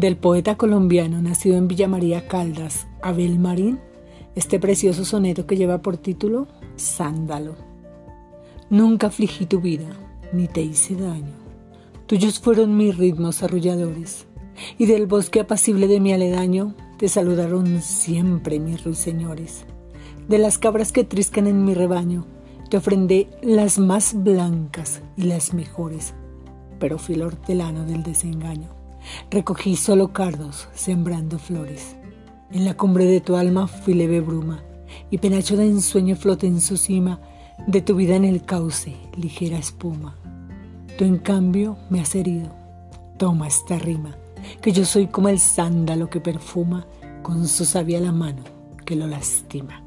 Del poeta colombiano nacido en Villa María Caldas, Abel Marín, este precioso soneto que lleva por título Sándalo. Nunca afligí tu vida, ni te hice daño. Tuyos fueron mis ritmos arrulladores, y del bosque apacible de mi aledaño te saludaron siempre mis ruiseñores. De las cabras que triscan en mi rebaño, te ofrendé las más blancas y las mejores, pero fui el hortelano del desengaño. Recogí solo cardos, sembrando flores. En la cumbre de tu alma fui leve bruma, y penacho de ensueño floté en su cima, de tu vida en el cauce, ligera espuma. Tú en cambio me has herido. Toma esta rima, que yo soy como el sándalo que perfuma con su savia la mano que lo lastima.